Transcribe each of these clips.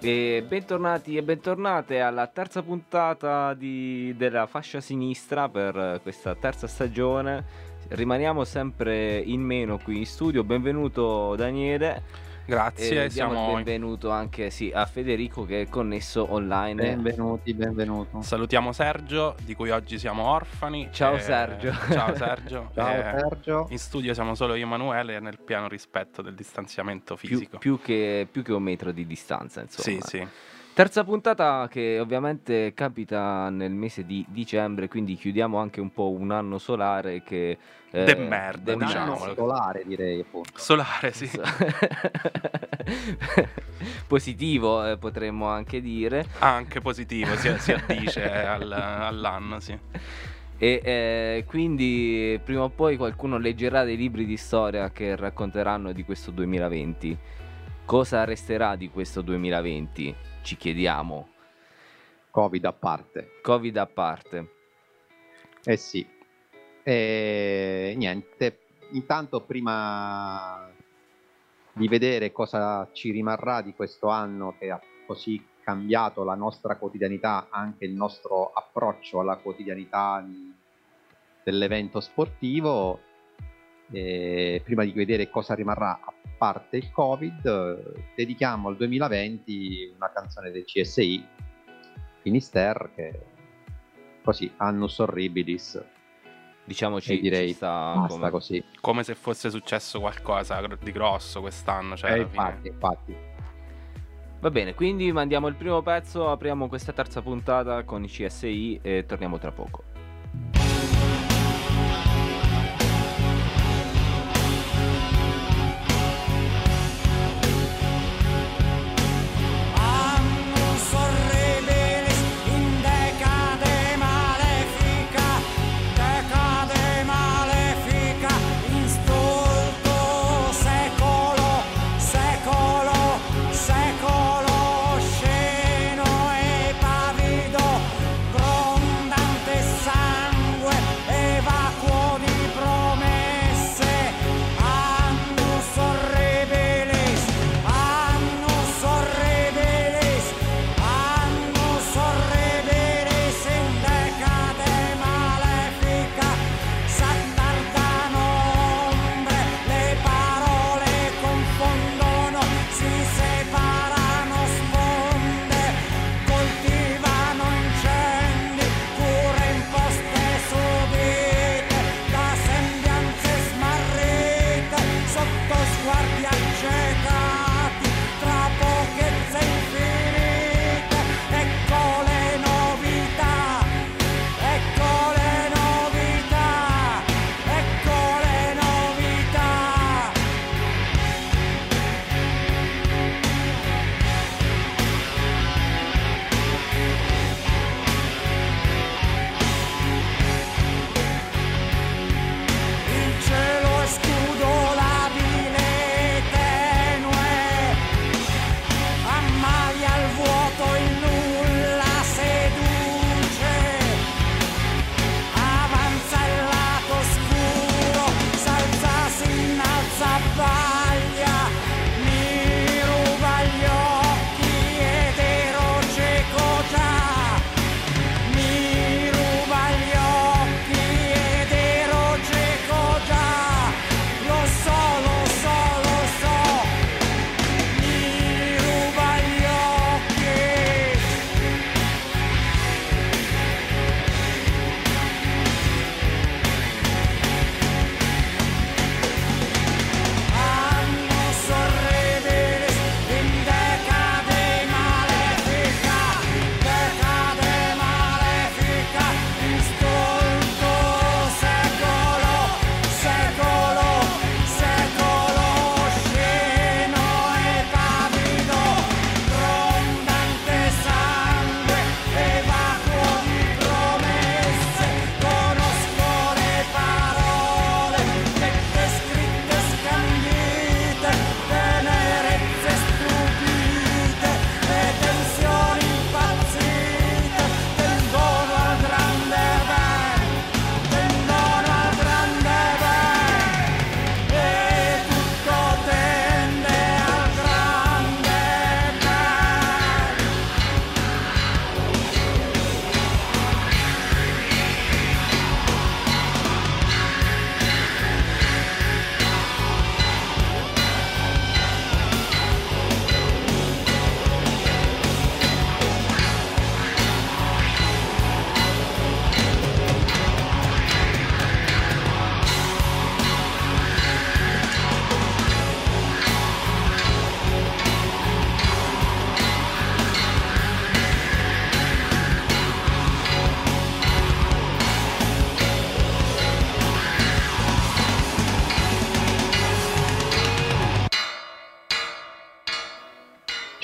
E bentornati e bentornate alla terza puntata della fascia sinistra per questa terza stagione. Rimaniamo sempre in meno qui in studio. Benvenuto Daniele. Grazie, E diamo il benvenuto anche a Federico che è connesso online. Benvenuto. Salutiamo Sergio, di cui oggi siamo orfani. Ciao Sergio. Ciao Sergio. Ciao Sergio. In studio siamo solo io e Emanuele, nel pieno rispetto del distanziamento fisico. Più che 1 metro di distanza, insomma. Sì. Terza puntata che ovviamente capita nel mese di dicembre, quindi chiudiamo anche un po' un anno solare che... de merda, un diciamo. anno solare, direi, appunto. Solare, sì. Positivo, potremmo anche dire. Anche positivo, si addice all'anno, sì. E quindi prima o poi qualcuno leggerà dei libri di storia che racconteranno di questo 2020. Cosa resterà di questo 2020? Ci chiediamo. Covid a parte. Sì. E niente, intanto prima di vedere cosa ci rimarrà di questo anno che ha così cambiato la nostra quotidianità, anche il nostro approccio alla quotidianità dell'evento sportivo, prima di vedere cosa rimarrà a parte il Covid, dedichiamo al 2020 una canzone del CSI, Finisterre, che così, Annus Horribilis. Diciamoci, direi ci sta basta così. Come se fosse successo qualcosa di grosso quest'anno, cioè infatti. Va bene, quindi mandiamo il primo pezzo, apriamo questa terza puntata con i CSI e torniamo tra poco. Sceno e pavido, grondante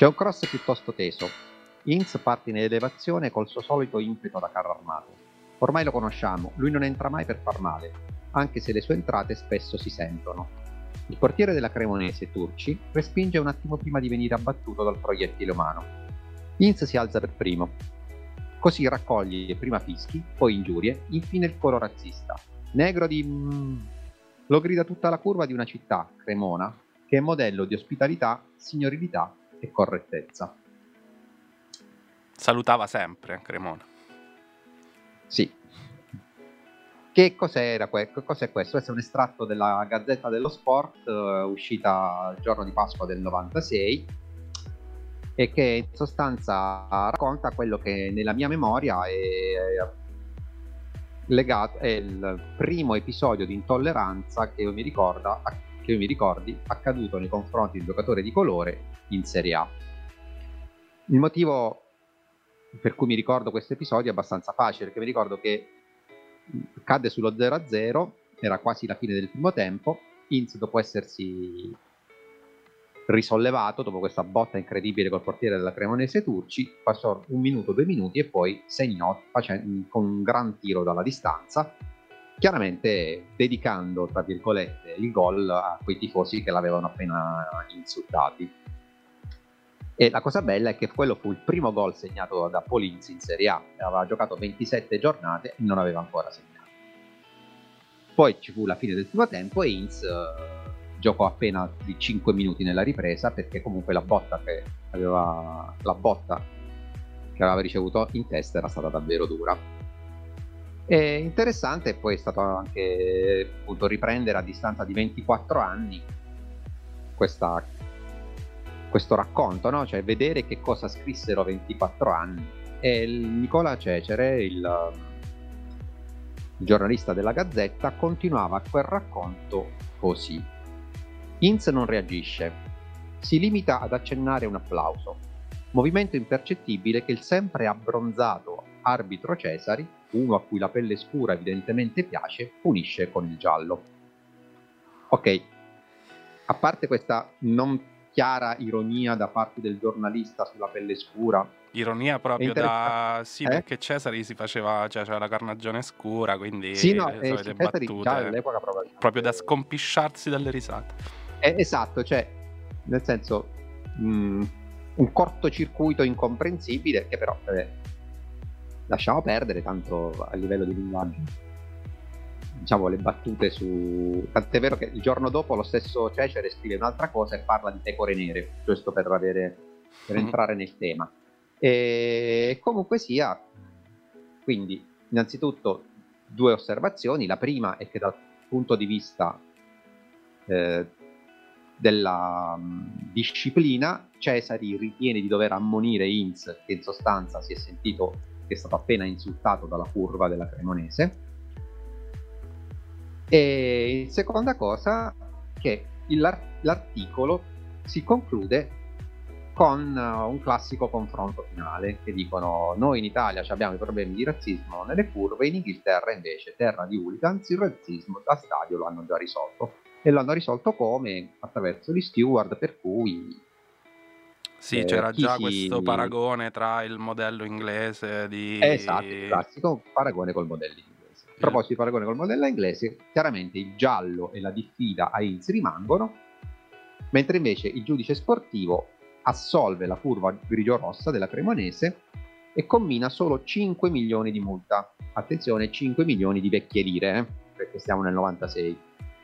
C'è un cross piuttosto teso. Inz parte in elevazione col suo solito impeto da carro armato. Ormai lo conosciamo, lui non entra mai per far male, anche se le sue entrate spesso si sentono. Il portiere della Cremonese, Turci, respinge un attimo prima di venire abbattuto dal proiettile umano. Inz si alza per primo. Così raccoglie prima fischi, poi ingiurie, infine il coro razzista. Negro di... Lo grida tutta la curva di una città, Cremona, che è modello di ospitalità, signorilità e correttezza. Salutava sempre Cremona. Sì. Che cos'era cos'è questo? Questo è un estratto della Gazzetta dello Sport, uscita il giorno di Pasqua del 96, e che in sostanza racconta quello che nella mia memoria è legato, è il primo episodio di intolleranza che io mi ricordi accaduto nei confronti di un giocatore di colore in Serie A. Il motivo per cui mi ricordo questo episodio è abbastanza facile, perché mi ricordo che cadde sullo 0-0, era quasi la fine del primo tempo. Inz, dopo essersi risollevato dopo questa botta incredibile col portiere della Cremonese Turci, passò 1 minuto, 2 minuti e poi segnò con un gran tiro dalla distanza, chiaramente dedicando, tra virgolette, il gol a quei tifosi che l'avevano appena insultati. E la cosa bella è che quello fu il primo gol segnato da Paul Inz in Serie A. Aveva giocato 27 giornate e non aveva ancora segnato. Poi ci fu la fine del primo tempo e Inz giocò appena di 5 minuti nella ripresa, perché comunque la botta che aveva ricevuto in testa era stata davvero dura. E interessante poi è stato anche appunto riprendere a distanza di 24 anni questo racconto, no? Cioè vedere che cosa scrissero 24 anni. E Nicola Cecere, il giornalista della Gazzetta, continuava quel racconto così. Inz non reagisce, si limita ad accennare un applauso, movimento impercettibile che il sempre abbronzato arbitro Cesari, uno a cui la pelle scura evidentemente piace, punisce con il giallo. Ok, a parte questa non chiara ironia da parte del giornalista sulla pelle scura, ironia proprio perché Cesari si faceva, cioè c'era la carnagione scura, quindi sì, no, le solite Cesari battute già all'epoca proprio da scompisciarsi dalle risate. Esatto, cioè nel senso un cortocircuito incomprensibile che però lasciamo perdere, tanto a livello di linguaggio, diciamo, le battute su... Tant'è vero che il giorno dopo lo stesso Cecere scrive un'altra cosa e parla di pecore nere, giusto per entrare nel tema. E comunque sia, quindi innanzitutto 2 osservazioni. La prima è che dal punto di vista della disciplina, Cesari ritiene di dover ammonire Inz, che in sostanza si è sentito che è stato appena insultato dalla curva della Cremonese. E seconda cosa, che l'articolo si conclude con un classico confronto finale, che dicono: noi in Italia abbiamo i problemi di razzismo nelle curve, in Inghilterra invece, terra di hooligans, il razzismo da stadio lo hanno già risolto. E lo hanno risolto come? Attraverso gli steward, per cui sì, c'era già questo paragone tra il modello inglese di... Esatto, il classico paragone col modello inglese. A proposito di paragone col modello inglese, chiaramente il giallo e la diffida a Inz rimangono, mentre invece il giudice sportivo assolve la curva grigio-rossa della Cremonese e commina solo 5 milioni di multa. Attenzione, 5 milioni di vecchie lire, perché stiamo nel 96.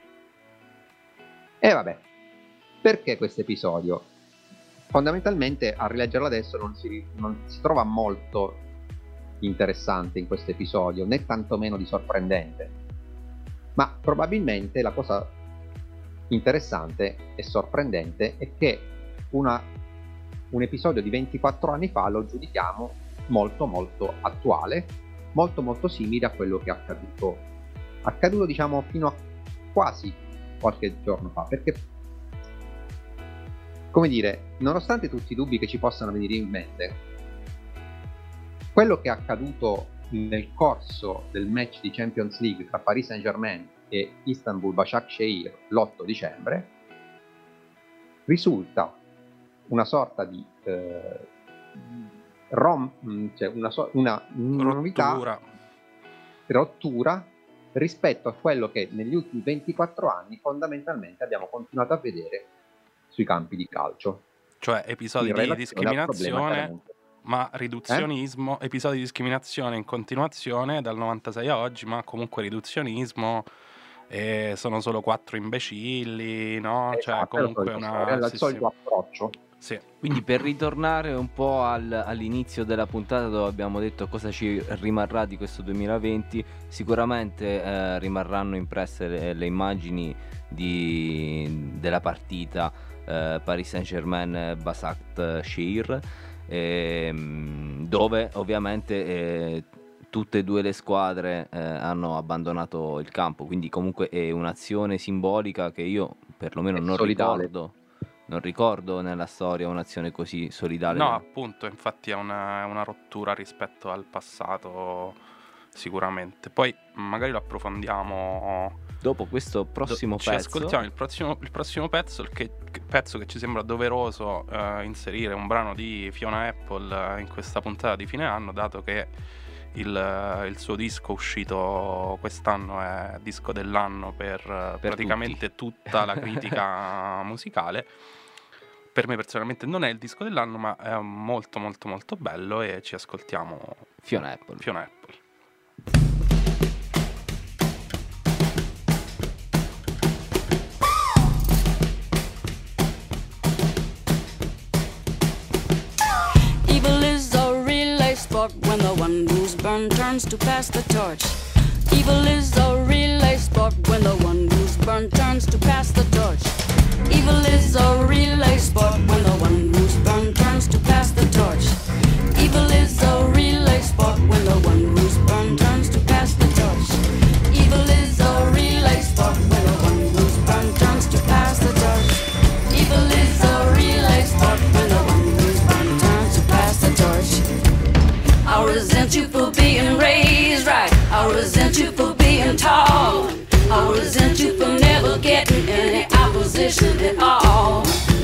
E vabbè, perché questo episodio? Fondamentalmente, a rileggerlo adesso non si trova molto interessante in questo episodio, né tantomeno di sorprendente, ma probabilmente la cosa interessante e sorprendente è che un episodio di 24 anni fa lo giudichiamo molto molto attuale, molto molto simile a quello che è accaduto diciamo fino a quasi qualche giorno fa, perché, come dire, nonostante tutti i dubbi che ci possano venire in mente, quello che è accaduto nel corso del match di Champions League tra Paris Saint-Germain e Istanbul Başakşehir l'8 dicembre risulta una sorta di cioè una novità, rottura rispetto a quello che negli ultimi 24 anni fondamentalmente abbiamo continuato a vedere sui campi di calcio. Cioè episodi di discriminazione, ma riduzionismo, episodi di discriminazione in continuazione dal 96 a oggi, ma comunque riduzionismo, e sono solo 4 imbecilli, no? Cioè comunque il solito approccio. Sì. Quindi per ritornare un po' all'inizio della puntata, dove abbiamo detto cosa ci rimarrà di questo 2020, sicuramente rimarranno impresse le immagini della partita Paris Saint-Germain-Basaksehir, dove ovviamente tutte e due le squadre hanno abbandonato il campo, quindi comunque è un'azione simbolica che io perlomeno non ricordo nella storia un'azione così solidale. No, appunto, infatti è una rottura rispetto al passato, sicuramente. Poi magari lo approfondiamo dopo questo prossimo pezzo. Ci ascoltiamo il prossimo pezzo, pezzo che ci sembra doveroso inserire un brano di Fiona Apple in questa puntata di fine anno, dato che il suo disco uscito quest'anno è disco dell'anno per praticamente tutta la critica musicale. Per me personalmente non è il disco dell'anno, ma è molto molto molto bello, e ci ascoltiamo Fiona Apple. Evil is a relay sport when the one who's burned turns to pass the torch. Evil is a relay sport when the one who's burned turns to pass the torch. Evil is a relay sport when the one who's burned turns to pass the torch. Evil is a relay sport when the one who's burned turns to pass the torch. Evil is a relay sport when the one who's burned turns to pass the torch. Evil is a relay sport when the one who's burned turns to pass the torch. I resent you for being raised right. I resent you for being tall. I resent you for never getting any opposition at all.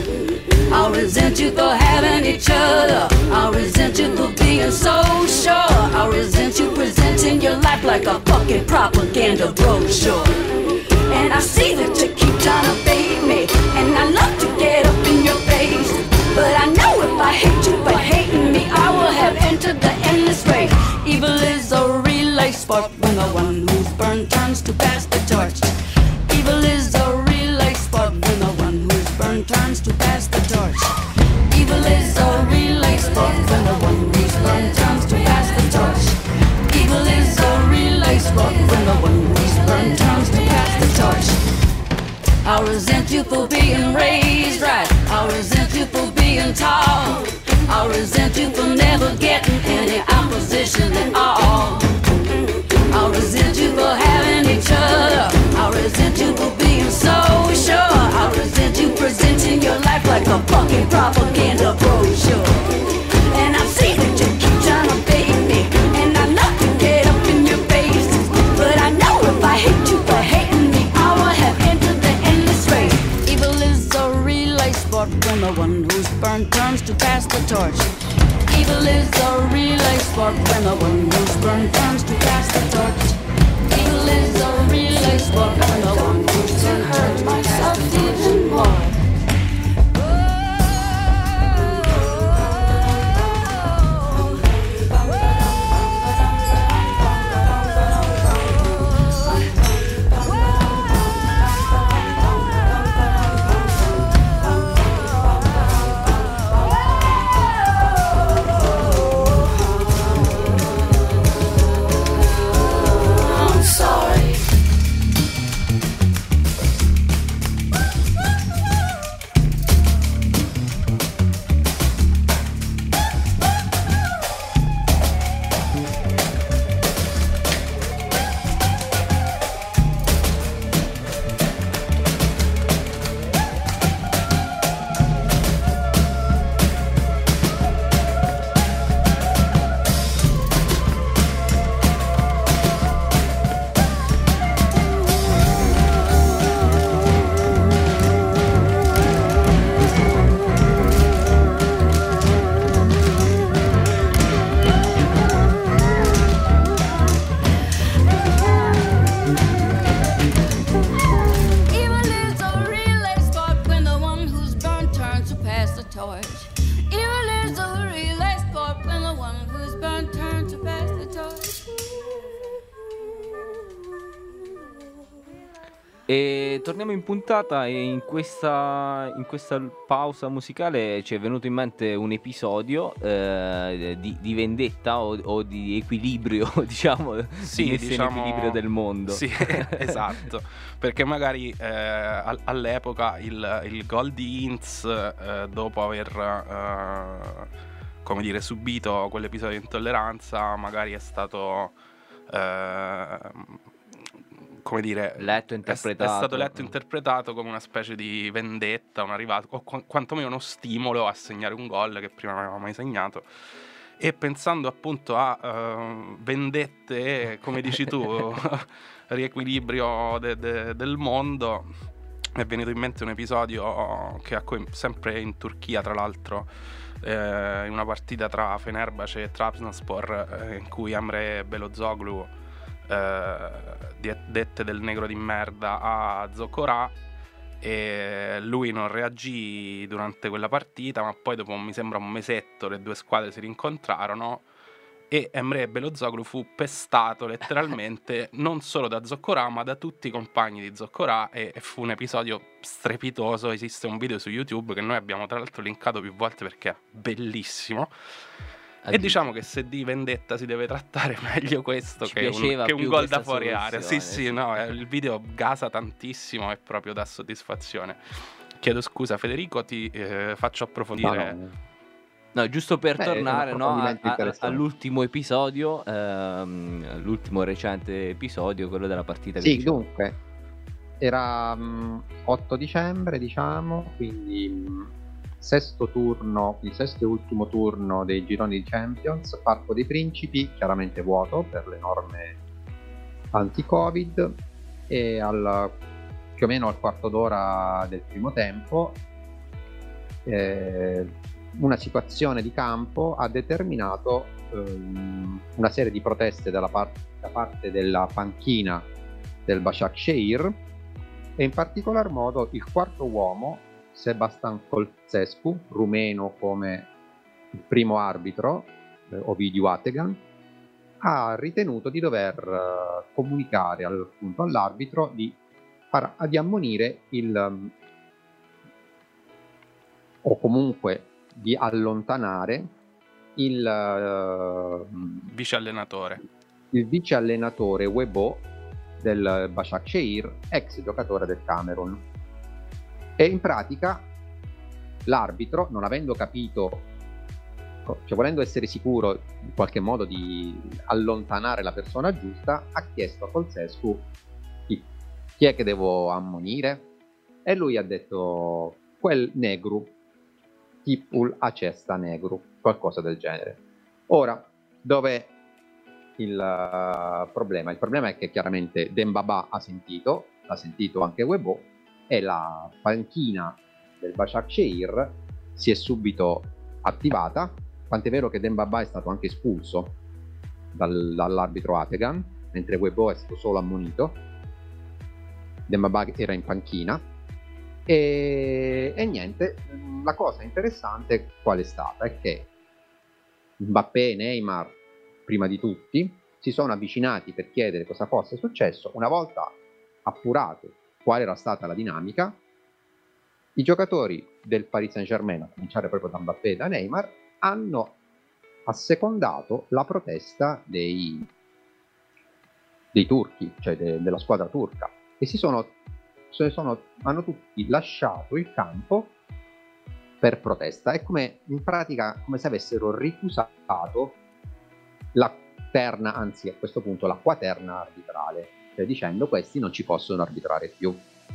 I resent you for having each other. I resent you for being so sure. I resent you presenting your life like a fucking propaganda brochure. And I see that you keep trying to bait me, and I love to get up in your face. But I know if I hate you for hating me, I will have entered the endless race. Evil is a relay sport when the one who's burned turns to pass the torch. Evil is a relay sport when the one who's burned turns to pass the torch. Evil is a relay sport when the one who's burned turns to pass the torch. Evil is a relay sport when the one who's burned turns to pass the torch. I resent you for being raised right. I resent you for being tall. I resent you for never getting any opposition at all. I resent you for having each other. I resent you for being so sure. I resent you presenting your life like a fucking propaganda brochure. And I see that you keep trying to bait me, and I love to get up in your face. But I know if I hate you for hating me, I will have entered the endless race. Evil is a relay sport when the one who's burned turns to pass the torch. Evil is a relay sport when the one who's burned turns to pass the torch. Evil is a relay sport when the one who's burned turns to pass the torch. Even more. E torniamo in puntata e in questa pausa musicale ci è venuto in mente un episodio di vendetta o di equilibrio, diciamo, di messa in equilibrio del mondo. Sì, esatto, perché magari all'epoca il gol di Inz, dopo aver come dire, subito quell'episodio di intolleranza, magari è stato come dire, letto e interpretato. È stato letto e interpretato come una specie di vendetta, una rivalsa, o quantomeno uno stimolo a segnare un gol che prima non aveva mai segnato. E pensando appunto a vendette, come dici tu, riequilibrio del mondo, mi è venuto in mente un episodio che sempre in Turchia, tra l'altro, in una partita tra Fenerbahce e Trabzonspor, in cui Emre Belozoglu dette del negro di merda a Zokora, e lui non reagì durante quella partita, ma poi dopo mi sembra un mesetto le due squadre si rincontrarono e Emre Belozoglu fu pestato letteralmente non solo da Zokora ma da tutti i compagni di Zokora, e fu un episodio strepitoso. Esiste un video su YouTube che noi abbiamo tra l'altro linkato più volte perché è bellissimo. E diciamo che se di vendetta si deve trattare, meglio questo che un gol da fuori area. Sì, no, il video gasa tantissimo e proprio dà soddisfazione. Chiedo scusa Federico, ti faccio approfondire. No, giusto per tornare all'ultimo episodio, l'ultimo recente episodio, quello della partita. Sì, dunque, era 8 dicembre, diciamo, quindi sesto e ultimo turno dei gironi di Champions, Parco dei Principi, chiaramente vuoto per le norme anti-Covid, e più o meno al quarto d'ora del primo tempo una situazione di campo ha determinato una serie di proteste da parte della panchina del Başakşehir, e in particolar modo il quarto uomo, Sebastian Colțescu, rumeno come il primo arbitro, Ovidiu Ategan, ha ritenuto di dover comunicare appunto all'arbitro di ammonire o comunque di allontanare il vice allenatore Webo del Başakşehir, ex giocatore del Camerun. E in pratica l'arbitro, non avendo capito, cioè volendo essere sicuro in qualche modo di allontanare la persona giusta, ha chiesto a Colțescu chi è che devo ammonire, e lui ha detto quel negru, tipul acesta negru, qualcosa del genere. Ora, dov'è il problema? Il problema è che chiaramente Dembaba l'ha sentito anche Webo, e la panchina del Başakşehir si è subito attivata, tant'è vero che Dembaba è stato anche espulso dall'arbitro Ategan, mentre Webo è stato solo ammonito. Dembaba era in panchina e niente. La cosa interessante qual è stata? È che Mbappé e Neymar, prima di tutti, si sono avvicinati per chiedere cosa fosse successo. Una volta appurato qual era stata la dinamica, i giocatori del Paris Saint-Germain, a cominciare proprio da Mbappé e da Neymar, hanno assecondato la protesta dei turchi, cioè della squadra turca, e hanno tutti lasciato il campo per protesta. È come, in pratica, come se avessero ricusato la terna, anzi a questo punto la quaterna arbitrale, cioè dicendo questi non ci possono arbitrare più.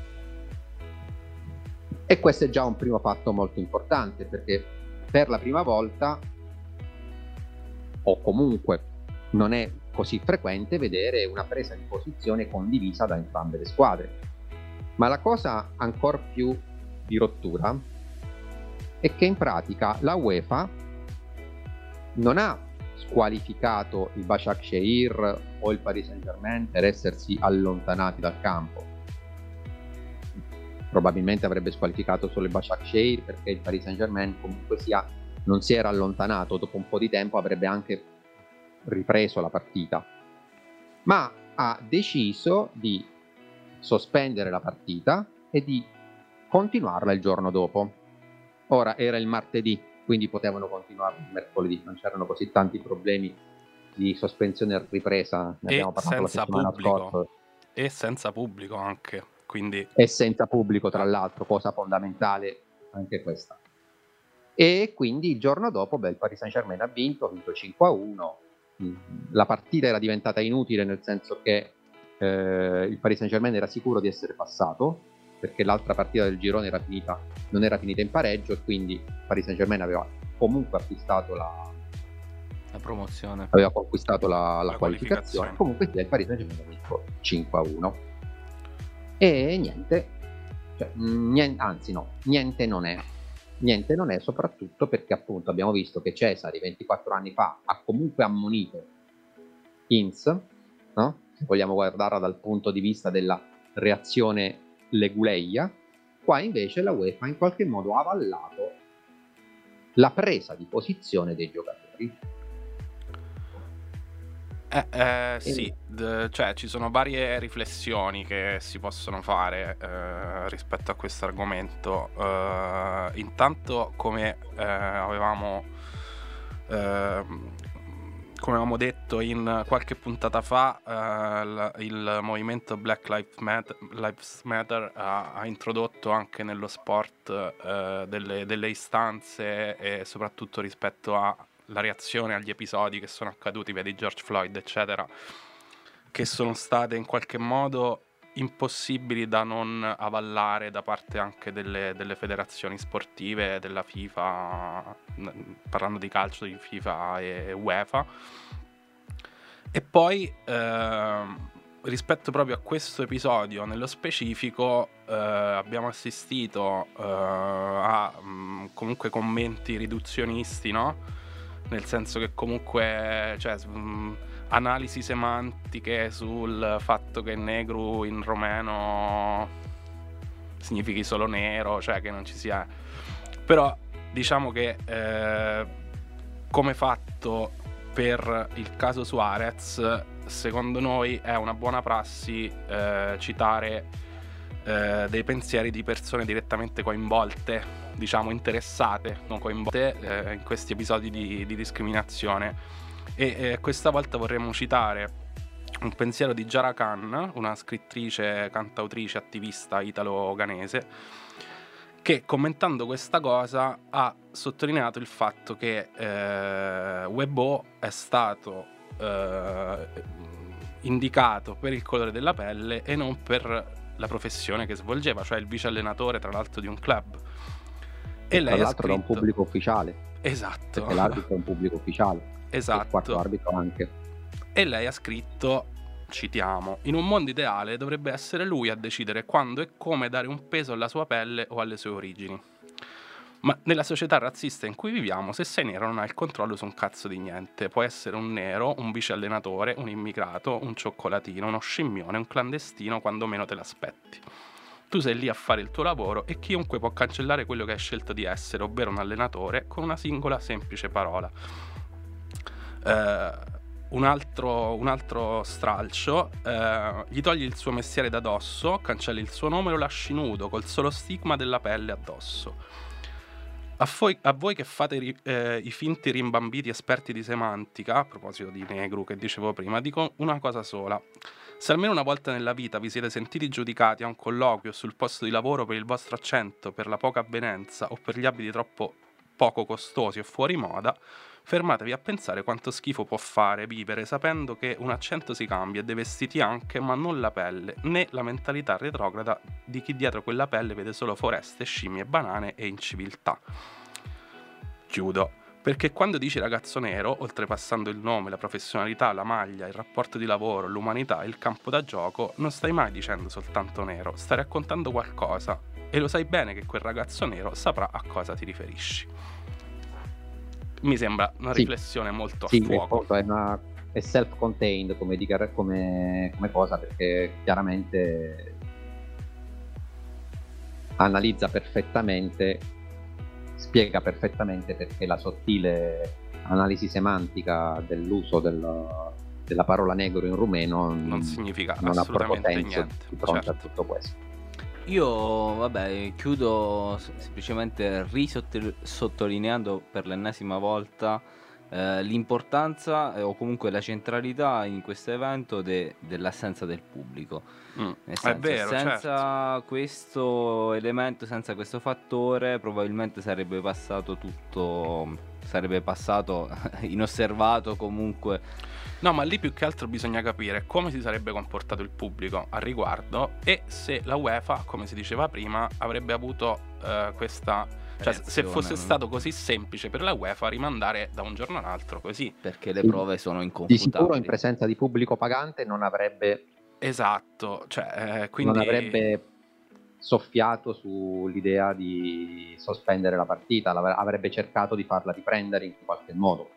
E questo è già un primo fatto molto importante, perché per la prima volta, o comunque non è così frequente, vedere una presa di posizione condivisa da entrambe le squadre. Ma la cosa ancora più di rottura è che in pratica la UEFA non ha squalificato il Başakşehir o il Paris Saint-Germain per essersi allontanati dal campo. Probabilmente avrebbe squalificato solo il Başakşehir, perché il Paris Saint-Germain comunque sia non si era allontanato, dopo un po' di tempo avrebbe anche ripreso la partita, ma ha deciso di sospendere la partita e di continuarla il giorno dopo. Ora era il martedì, quindi potevano continuare il mercoledì, non c'erano così tanti problemi di sospensione e ripresa, ne abbiamo parlato la settimana scorsa. E senza pubblico anche, quindi... E senza pubblico, tra l'altro, cosa fondamentale anche questa. E quindi il giorno dopo il Paris Saint-Germain ha vinto 5-1. La partita era diventata inutile, nel senso che il Paris Saint-Germain era sicuro di essere passato, perché l'altra partita del girone non era finita in pareggio, e quindi il Paris Saint-Germain aveva comunque acquistato la promozione, aveva conquistato la qualificazione. Comunque il Paris Saint-Germain ha vinto 5-1 e niente non è, soprattutto perché appunto abbiamo visto che Cesari 24 anni fa ha comunque ammonito Inz, no? Se vogliamo guardarla dal punto di vista della reazione leguleia, qua invece la UEFA in qualche modo ha avallato la presa di posizione dei giocatori. Sì, cioè ci sono varie riflessioni che si possono fare rispetto a questo argomento. Intanto, come avevamo detto in qualche puntata fa, il movimento Black Lives Matter ha introdotto anche nello sport delle istanze, e soprattutto rispetto alla reazione agli episodi che sono accaduti, vedi George Floyd eccetera, che sono state in qualche modo impossibili da non avallare da parte anche delle federazioni sportive, della FIFA, parlando di calcio, di FIFA e UEFA. E poi rispetto proprio a questo episodio nello specifico, abbiamo assistito a comunque commenti riduzionisti, no? Nel senso che comunque, cioè, analisi semantiche sul fatto che negro in romeno significhi solo nero, cioè che non ci sia. Però diciamo che come fatto per il caso Suarez, secondo noi è una buona prassi citare dei pensieri di persone direttamente coinvolte, diciamo interessate, non coinvolte in questi episodi di discriminazione. E questa volta vorremmo citare un pensiero di Jara Khan, una scrittrice, cantautrice, attivista italo-ghanese, che commentando questa cosa ha sottolineato il fatto che Weibo è stato indicato per il colore della pelle e non per la professione che svolgeva, cioè il vice allenatore tra l'altro di un club. E lei tra l'altro da un pubblico ufficiale. Esatto. Perché l'arbitro è un pubblico ufficiale. Esatto. Il quarto arbitro anche. E lei ha scritto, citiamo: in un mondo ideale dovrebbe essere lui a decidere quando e come dare un peso alla sua pelle o alle sue origini. Ma nella società razzista in cui viviamo, se sei nero non hai il controllo su un cazzo di niente. Puoi essere un nero, un vice allenatore, un immigrato, un cioccolatino, uno scimmione, un clandestino quando meno te l'aspetti. Tu sei lì a fare il tuo lavoro e chiunque può cancellare quello che hai scelto di essere, ovvero un allenatore, con una singola semplice parola. Un altro stralcio, gli togli il suo mestiere da dosso, cancelli il suo nome e lo lasci nudo col solo stigma della pelle addosso. A voi che fate i finti rimbambiti esperti di semantica, a proposito di negro che dicevo prima, dico una cosa sola: se almeno una volta nella vita vi siete sentiti giudicati a un colloquio sul posto di lavoro per il vostro accento, per la poca avvenenza o per gli abiti troppo poco costosi o fuori moda, fermatevi a pensare quanto schifo può fare vivere sapendo che un accento si cambia e dei vestiti anche, ma non la pelle, né la mentalità retrograda di chi dietro quella pelle vede solo foreste, scimmie, banane e inciviltà. Chiudo. Perché quando dici ragazzo nero, oltrepassando il nome, la professionalità, la maglia, il rapporto di lavoro, l'umanità, il campo da gioco, non stai mai dicendo soltanto nero, stai raccontando qualcosa e lo sai bene che quel ragazzo nero saprà a cosa ti riferisci. Mi sembra una riflessione molto a fuoco. È self-contained come cosa, perché chiaramente analizza perfettamente, spiega perfettamente perché la sottile analisi semantica dell'uso della parola negro in rumeno non significa non ha proprio assolutamente senso niente. di fronte Certo. a tutto questo. Io, vabbè, chiudo semplicemente sottolineando per l'ennesima volta l'importanza o comunque la centralità in questo evento dell'assenza del pubblico. Nel È senso, vero, senza questo elemento, senza questo fattore, probabilmente sarebbe passato inosservato comunque. No, ma lì più che altro bisogna capire come si sarebbe comportato il pubblico al riguardo e se la UEFA, come si diceva prima, avrebbe avuto questa... Cioè, se fosse stato così semplice per la UEFA rimandare da un giorno all'altro così. Perché le prove sono Di inconfutabili. sicuro in presenza di pubblico pagante non avrebbe Esatto, cioè, quindi... non avrebbe soffiato sull'idea di sospendere la partita, avrebbe cercato di farla riprendere in qualche modo.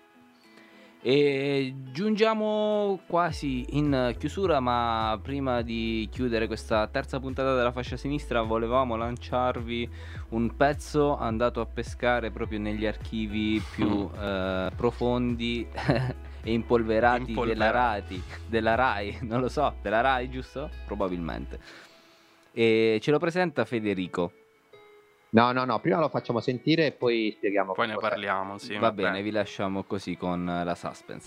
E giungiamo quasi in chiusura, ma prima di chiudere questa terza puntata della fascia sinistra volevamo lanciarvi un pezzo andato a pescare proprio negli archivi più profondi e impolverati della Rai, non lo so, della Rai, giusto? Probabilmente. E ce lo presenta Federico. No, prima lo facciamo sentire e poi spieghiamo. Poi ne parliamo, sì. Va bene, vi lasciamo così con la suspense.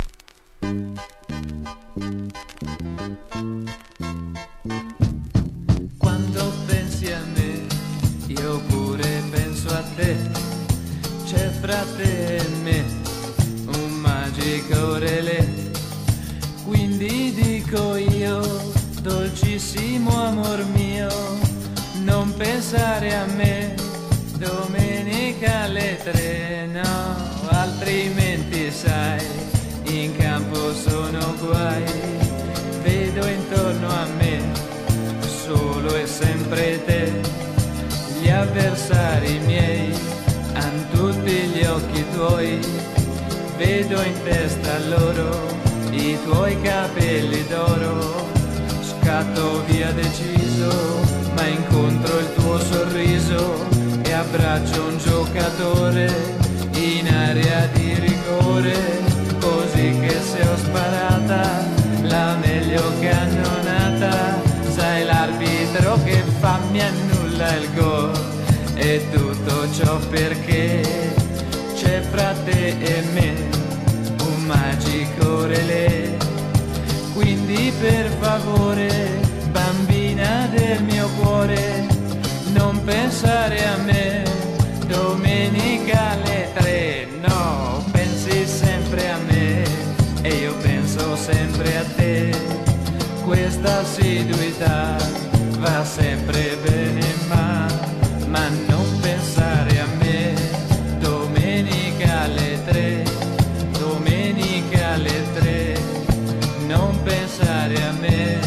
Quando pensi a me, io pure penso a te. C'è fra te e me un magico relè. Quindi dico io, dolcissimo amor mio, non pensare a me domenica alle 3, no, altrimenti sai, in campo sono guai, vedo intorno a me solo e sempre te, gli avversari miei han tutti gli occhi tuoi, vedo in testa loro i tuoi capelli d'oro, scatto via deciso, ma incontro il tuo sorriso e abbraccio un giocatore in area di rigore, così che se ho sparata la meglio cannonata, sai l'arbitro che fa mi annulla il gol, e tutto ciò perché c'è fra te e me un magico relè. Quindi per favore, bambina del mio cuore, non pensare a me domenica alle 3, no, pensi sempre a me e io penso sempre a te, questa assiduità va sempre bene, ma non pensare a me domenica alle 3, domenica alle 3, non pensare a me.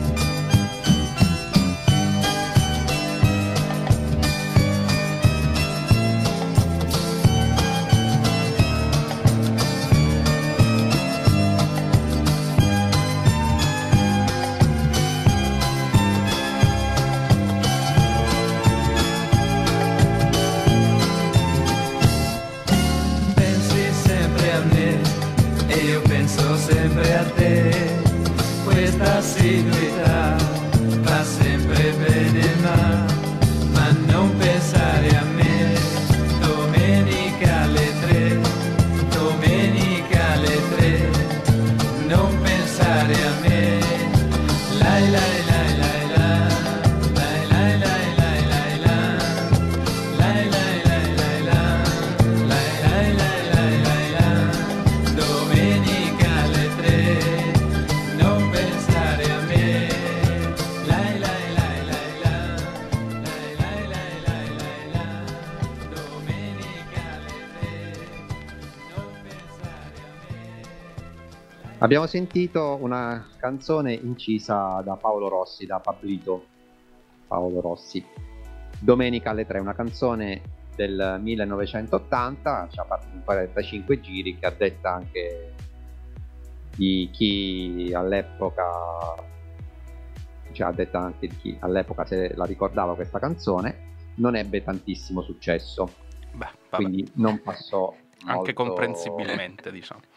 Sempre a te, questa assiduità va sempre bene, ma non pensare a me domenica alle 3, domenica alle 3, non pensare a me, lai lai lai lai la, lai lai lai lai lai la, lai lai lai lai la, lai lai lai lai lai la, domenica alle 3, non pensare a me, lai lai lai lai la, lai lai lai lai lai la, domenica alle 3, non pensare a me. Abbiamo sentito una canzone incisa da Paolo Rossi, da Pablito Paolo Rossi, Domenica alle 3, una canzone del 1980, ci ha fatto un 45 giri, che a detta anche di chi all'epoca, cioè a detta anche di chi all'epoca se la ricordava questa canzone, non ebbe tantissimo successo. Beh, vabbè. Quindi non passò Anche molto... comprensibilmente, diciamo.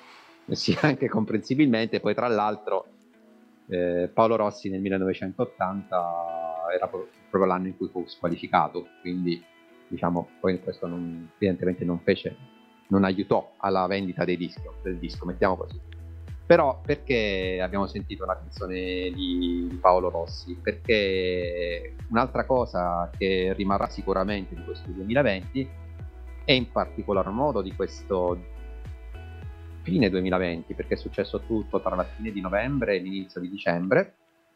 Sì, anche comprensibilmente. Poi tra l'altro Paolo Rossi nel 1980 era proprio l'anno in cui fu squalificato, quindi diciamo poi questo evidentemente non aiutò alla vendita del disco, mettiamo così. Però perché abbiamo sentito una canzone di Paolo Rossi? Perché un'altra cosa che rimarrà sicuramente di questo 2020 e in particolar modo di questo fine 2020, perché è successo tutto tra la fine di novembre e l'inizio di dicembre,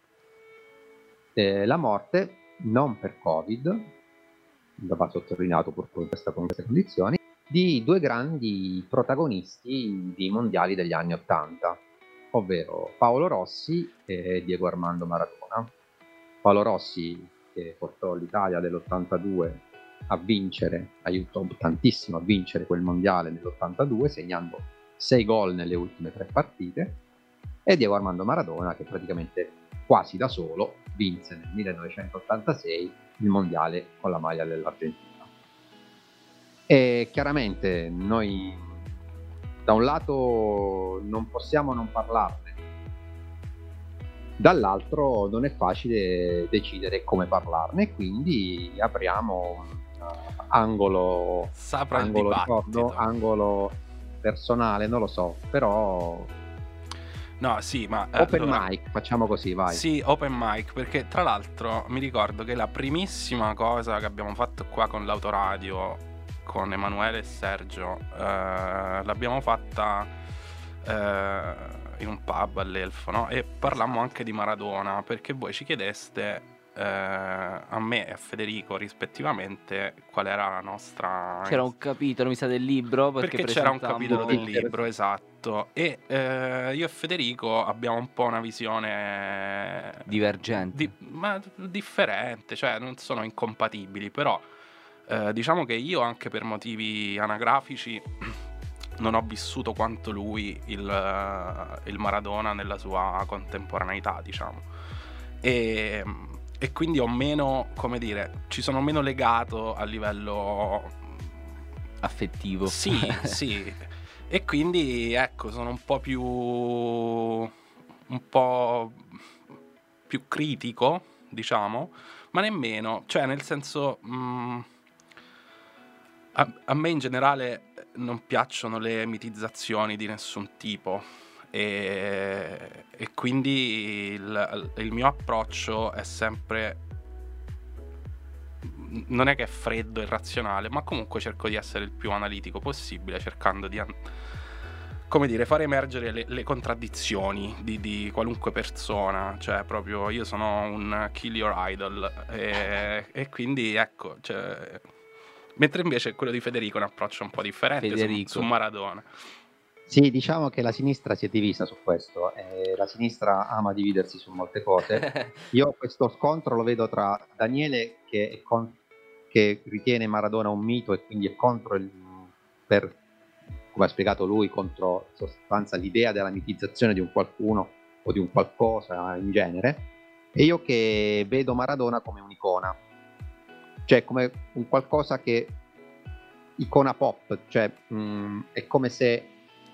la morte, non per Covid, va sottolineato purtroppo con queste condizioni, di due grandi protagonisti dei mondiali degli anni '80, ovvero Paolo Rossi e Diego Armando Maradona. Paolo Rossi, che portò l'Italia dell'82 a vincere, aiutò tantissimo a vincere quel mondiale nell'82, segnando 6 gol nelle ultime 3 partite, e Diego Armando Maradona, che praticamente quasi da solo vinse nel 1986 il mondiale con la maglia dell'Argentina. E chiaramente noi da un lato non possiamo non parlarne, dall'altro non è facile decidere come parlarne, quindi apriamo un angolo ricordo, angolo personale, non lo so, però no, sì, ma open mic, facciamo così, vai. Sì, open mic, perché tra l'altro mi ricordo che la primissima cosa che abbiamo fatto qua con l'autoradio con Emanuele e Sergio l'abbiamo fatta in un pub all'Elfo, no? E parlammo anche di Maradona, perché voi ci chiedeste a me e a Federico rispettivamente qual era la nostra... C'era un capitolo, mi sa, del libro, perché c'era un capitolo del libro, esatto, e io e Federico abbiamo un po' una visione divergente, ma differente, cioè non sono incompatibili, però diciamo che io, anche per motivi anagrafici, non ho vissuto quanto lui il Maradona nella sua contemporaneità, diciamo, e quindi ho meno, come dire, ci sono meno legato a livello affettivo. Sì, sì. E quindi ecco, sono un po' più critico, diciamo, ma nemmeno, cioè nel senso a me in generale non piacciono le mitizzazioni di nessun tipo, e quindi il mio approccio è sempre, non è che è freddo e razionale, ma comunque cerco di essere il più analitico possibile, cercando di come dire, fare emergere le contraddizioni di qualunque persona. Cioè proprio io sono un kill your idol, e quindi ecco, cioè, mentre invece quello di Federico è un approccio un po' differente su Maradona. Sì, diciamo che la sinistra si è divisa su questo, la sinistra ama dividersi su molte cose. Io questo scontro lo vedo tra Daniele che ritiene Maradona un mito e quindi è contro come ha spiegato lui, contro in sostanza l'idea della mitizzazione di un qualcuno o di un qualcosa in genere, e io che vedo Maradona come un'icona, cioè come un qualcosa che icona pop, cioè è come se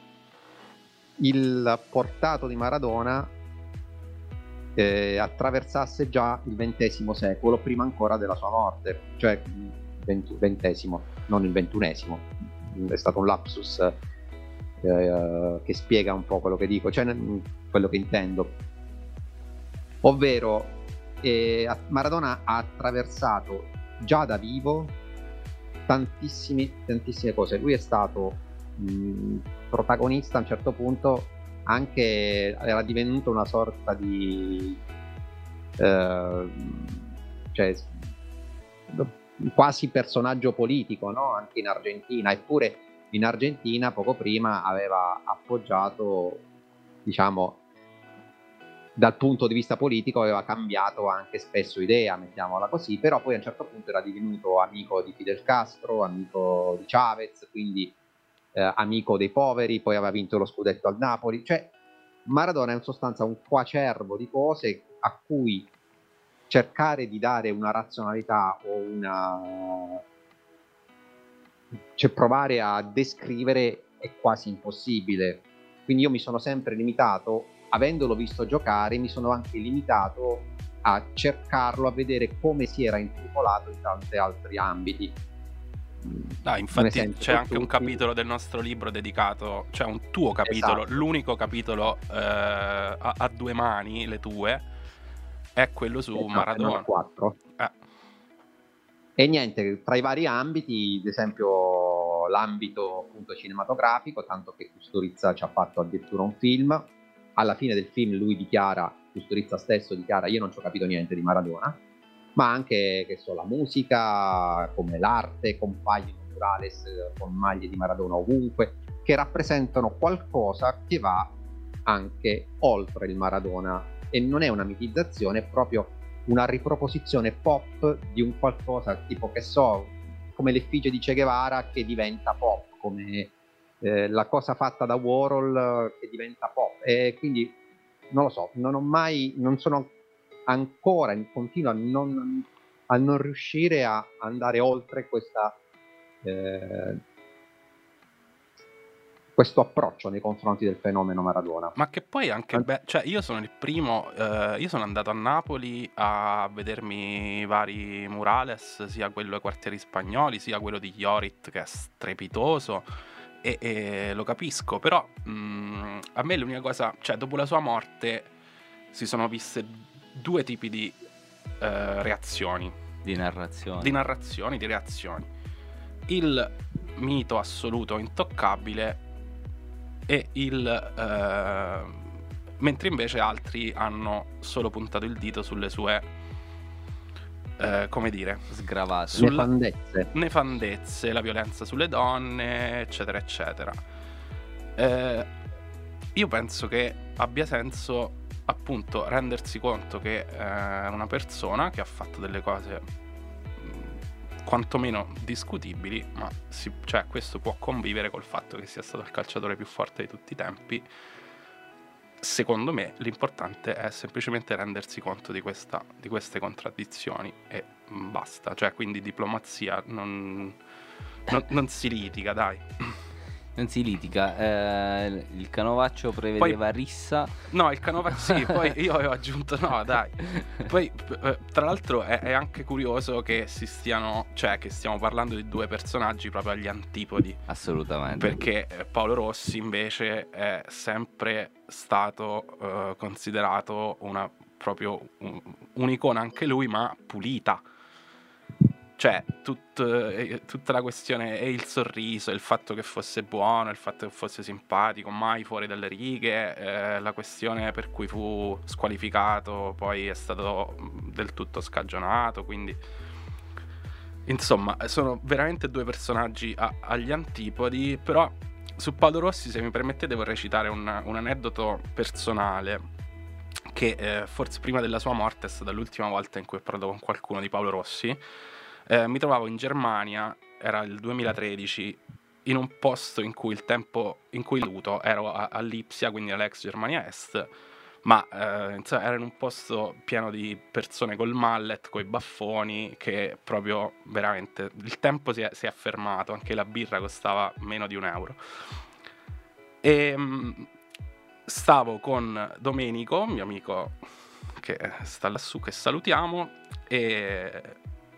il portato di Maradona attraversasse già il XX secolo prima ancora della sua morte, cioè XX, non il XXI. È stato un lapsus che spiega un po' quello che dico, cioè quello che intendo, ovvero Maradona ha attraversato già da vivo tantissime cose. Lui è stato protagonista a un certo punto, anche era divenuto una sorta di cioè quasi personaggio politico, no? Anche in Argentina, eppure in Argentina poco prima aveva appoggiato, diciamo, dal punto di vista politico aveva cambiato anche spesso idea, mettiamola così, però poi a un certo punto era divenuto amico di Fidel Castro, amico di Chavez, quindi amico dei poveri, poi aveva vinto lo scudetto al Napoli. Cioè Maradona è in sostanza un coacervo di cose a cui cercare di dare una razionalità o cioè provare a descrivere è quasi impossibile. quindi io mi sono sempre limitato, avendolo visto giocare, mi sono anche limitato a cercarlo, a vedere come si era intripolato in tanti altri ambiti. Infatti c'è anche un capitolo del nostro libro dedicato, cioè un tuo capitolo, esatto. L'unico capitolo a due mani, le tue, è quello su Maradona. 4. E niente, tra i vari ambiti, ad esempio l'ambito appunto cinematografico, tanto che Kusturica ci ha fatto addirittura un film. Alla fine del film lui dichiara, Kusturica stesso dichiara: io non ci ho capito niente di Maradona. Ma anche, che so, la musica, come l'arte, compaiono murales con maglie di Maradona ovunque, che rappresentano qualcosa che va anche oltre il Maradona, e non è una mitizzazione, è proprio una riproposizione pop di un qualcosa, tipo, che so, come l'effigie di Che Guevara che diventa pop, come la cosa fatta da Warhol che diventa pop. E quindi non lo so, non sono ancora, continuo a non riuscire a andare oltre questo approccio nei confronti del fenomeno Maradona. Ma che poi anche cioè io sono il primo, io sono andato a Napoli a vedermi vari murales, sia quello ai Quartieri Spagnoli, sia quello di Iorit, che è strepitoso, e lo capisco, però a me l'unica cosa, cioè dopo la sua morte si sono viste due tipi di reazioni. Di narrazioni. Di reazioni. Il mito assoluto, intoccabile, e mentre invece altri hanno solo puntato il dito sulle sue, come dire, sgravate, nefandezze, la violenza sulle donne, eccetera, eccetera. Io penso che abbia senso appunto rendersi conto che è una persona che ha fatto delle cose quantomeno discutibili, ma cioè questo può convivere col fatto che sia stato il calciatore più forte di tutti i tempi. Secondo me l'importante è semplicemente rendersi conto di queste contraddizioni e basta, cioè quindi diplomazia, non si litiga, dai. Non si litiga, il Canovaccio prevedeva rissa. No, il Canovaccio sì, poi io avevo aggiunto no, dai. Poi tra l'altro è anche curioso che che stiamo parlando di due personaggi proprio agli antipodi. Assolutamente. Perché Paolo Rossi invece è sempre stato considerato un'icona anche lui, ma pulita. Cioè, tutta la questione è il sorriso, il fatto che fosse buono, il fatto che fosse simpatico, mai fuori dalle righe, la questione per cui fu squalificato, poi è stato del tutto scagionato, quindi insomma, sono veramente due personaggi agli antipodi. Però su Paolo Rossi, se mi permettete, vorrei citare un aneddoto personale, che forse prima della sua morte è stata l'ultima volta in cui ho parlato con qualcuno di Paolo Rossi. Mi trovavo in Germania, era il 2013, in un posto in cui ero a Lipsia, quindi all'ex Germania Est, ma era in un posto pieno di persone col mallet, coi baffoni, che proprio veramente il tempo si è fermato, anche la birra costava meno di €1. E stavo con Domenico, mio amico che sta lassù, che salutiamo, e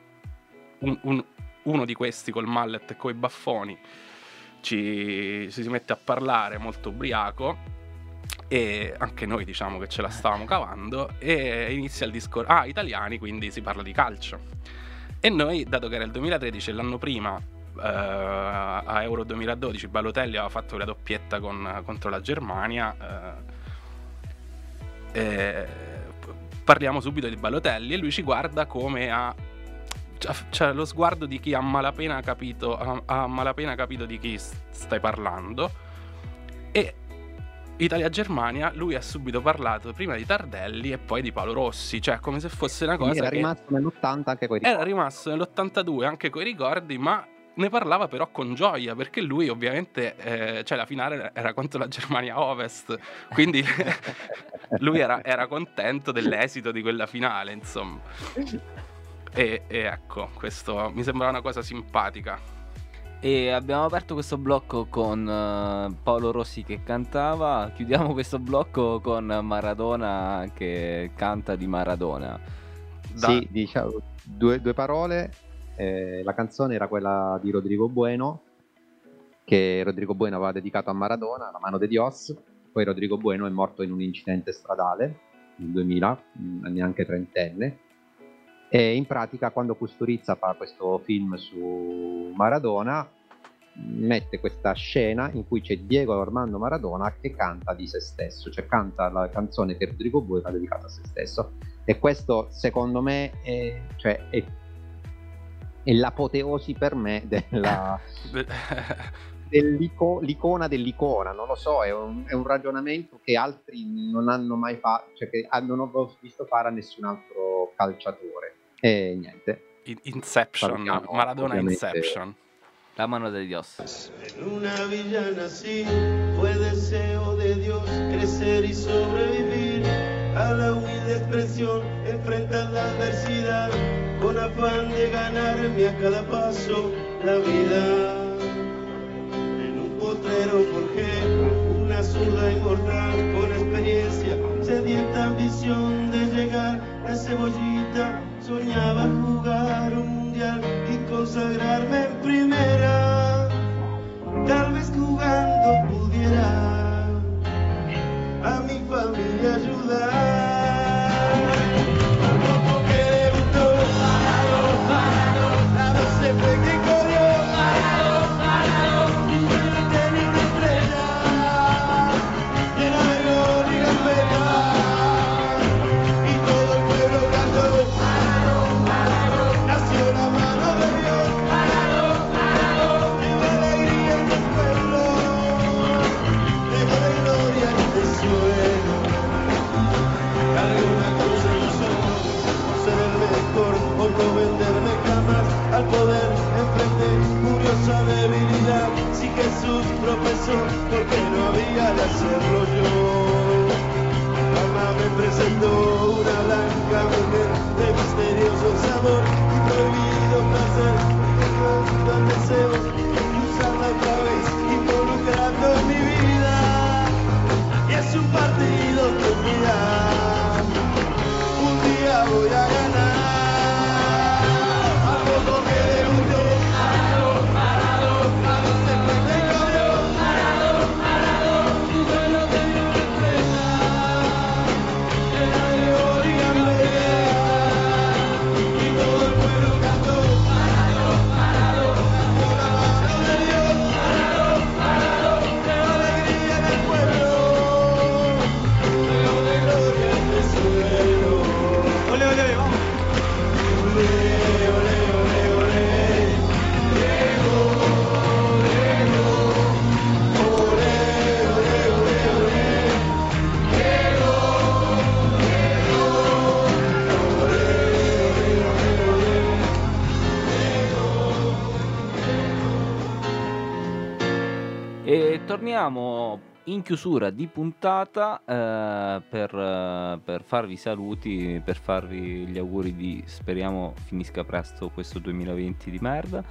uno di questi col mallet e coi baffoni si mette a parlare molto ubriaco, e anche noi diciamo che ce la stavamo cavando, e inizia il discorso italiani, quindi si parla di calcio, e noi, dato che era il 2013 e l'anno prima a Euro 2012 Balotelli aveva fatto la doppietta contro la Germania, parliamo subito di Balotelli, e lui ci guarda come c'è lo sguardo di chi ha malapena capito di chi stai parlando. E Italia-Germania, lui ha subito parlato prima di Tardelli e poi di Paolo Rossi, cioè come se fosse una cosa era rimasto nell'80 anche coi ricordi. Era rimasto nell'82 anche coi ricordi, ma ne parlava però con gioia, perché lui ovviamente cioè la finale era contro la Germania Ovest, quindi lui era contento dell'esito di quella finale, insomma. E ecco, questo mi sembra una cosa simpatica. E abbiamo aperto questo blocco con Paolo Rossi che cantava, chiudiamo questo blocco con Maradona che canta di Maradona. Sì, diciamo due parole. La canzone era quella di Rodrigo Bueno, che Rodrigo Bueno aveva dedicato a Maradona, La mano de Dios. Poi Rodrigo Bueno è morto in un incidente stradale nel 2000, neanche trentenne. E in pratica, quando Kusturica fa questo film su Maradona, mette questa scena in cui c'è Diego Armando Maradona che canta di se stesso, cioè canta la canzone che Rodrigo Bueno ha dedicato a se stesso. E questo, secondo me, è l'apoteosi per me dell'icona dell'icona. Non lo so, è un ragionamento che altri non hanno mai fatto, cioè che non ho visto fare a nessun altro calciatore. E niente. Inception, Salutiamo, Maradona ovviamente. Inception. La mano de Dios. En una villa nací, fue deseo de Dios crecer y sobrevivir a la humilde expresión, enfrentar la adversidad con afán de ganarme a cada paso la vida. En un potrero forjé una zurda inmortal con experiencia, sedienta ambición de llegar a cebollita. Soñaba jugar un mundial y consagrarme en primera. Tal vez jugando pudiera a mi familia ayudar. Como que debutó, a no se fue que corrió, tenía una estrella llena de gloria y gambeta, y todo el pueblo cantó. Nació la mano de Dios, de alegría en el pueblo, de gloria en el suelo. Alguna cosa en los ojos, por ser el mejor, por no venderme jamás al poder. Enfrenté curiosa debilidad, si Jesús tropezó, porque no había de hacerlo yo. Mamá me presentó una blanca mujer de misterioso sabor y prohibido placer, con deseos de usarla otra vez, involucrando en mi vida. Y es un partido que un día voy a ganar. A poco que debutó, a no se fue que corrió, tu duelo te dio una estrella, llena de gloria y gambeta, y todo el pueblo cantó. Nació la mano de Dios, de alegría en el pueblo, de gloria en el suelo. Ole, ole, ole, vamos. Ole, ole, ole, ole. Diego, Diego. Ole, ole, ole, ole. Diego, Diego. Ole, ole, ole, ole. E torniamo in chiusura di puntata per farvi saluti, per farvi gli auguri di, speriamo finisca presto questo 2020 di merda.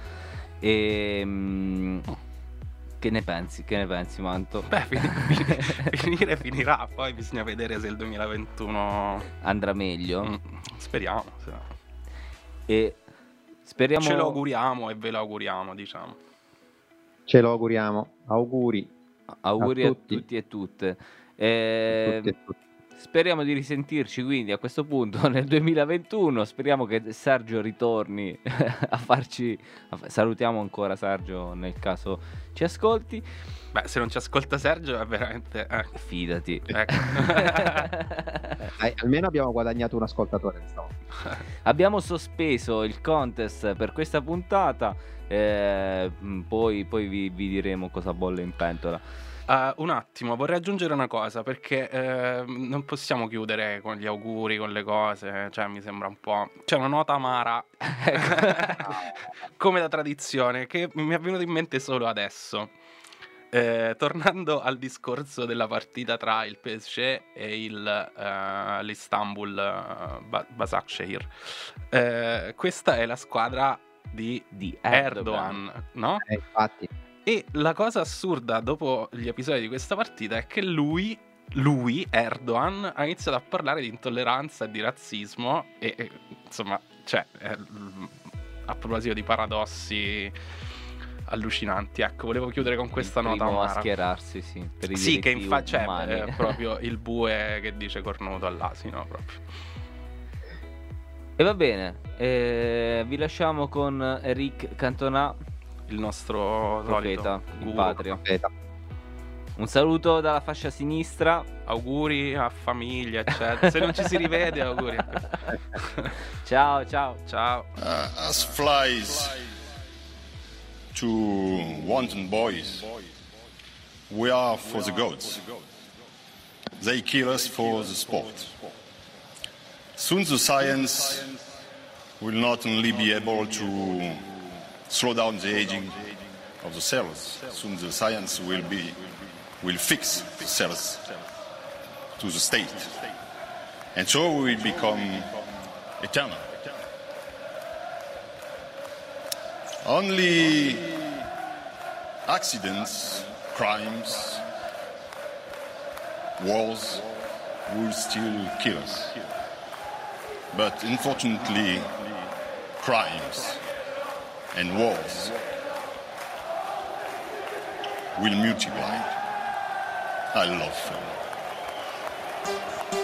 E che ne pensi Manto? Beh, finire finirà, poi bisogna vedere se il 2021 Andrà meglio? Speriamo, E speriamo, ce lo auguriamo e ve lo auguriamo, diciamo. Ce lo auguriamo. Auguri a tutti e tutte. a tutti e tutti. Speriamo di risentirci quindi a questo punto nel 2021. Speriamo che Sergio ritorni a farci. Salutiamo ancora Sergio nel caso ci ascolti. Beh, se non ci ascolta Sergio è veramente... Fidati. Ecco. Dai, almeno abbiamo guadagnato un ascoltatore stavolta. Abbiamo sospeso il contest per questa puntata. Poi vi diremo cosa bolle in pentola. Un attimo, vorrei aggiungere una cosa, perché non possiamo chiudere con gli auguri, con le cose, cioè mi sembra un po'... C'è una nota amara, come da tradizione, che mi è venuta in mente solo adesso. Tornando al discorso della partita tra il PSG e l'Istanbul Başakşehir, questa è la squadra di Erdogan. Erdogan, no? Infatti. E la cosa assurda dopo gli episodi di questa partita è che lui, Erdogan, ha iniziato a parlare di intolleranza e di razzismo e insomma, cioè, a proposito di paradossi allucinanti, ecco, volevo chiudere con questa nota Primo a amara. schierarsi, sì, per i Sì, che diritti cioè, umani. è proprio il bue che dice cornuto all'asino, proprio. E va bene, vi lasciamo con Eric Cantona, Il nostro profeta solito in guru. patria. Profeta. Un saluto dalla fascia sinistra. Auguri a famiglia, eccetera. Se non ci si rivede, auguri. Ciao, ciao. Ciao. As flies to wanton boys, we are for the gods. They kill us for the sport. Soon the science will not only be able to slow down the aging of the cells. Soon the science will fix the cells to the state. And so we will become eternal. Only accidents, crimes, wars will still kill us. But unfortunately, crimes and wars will multiply. I love them.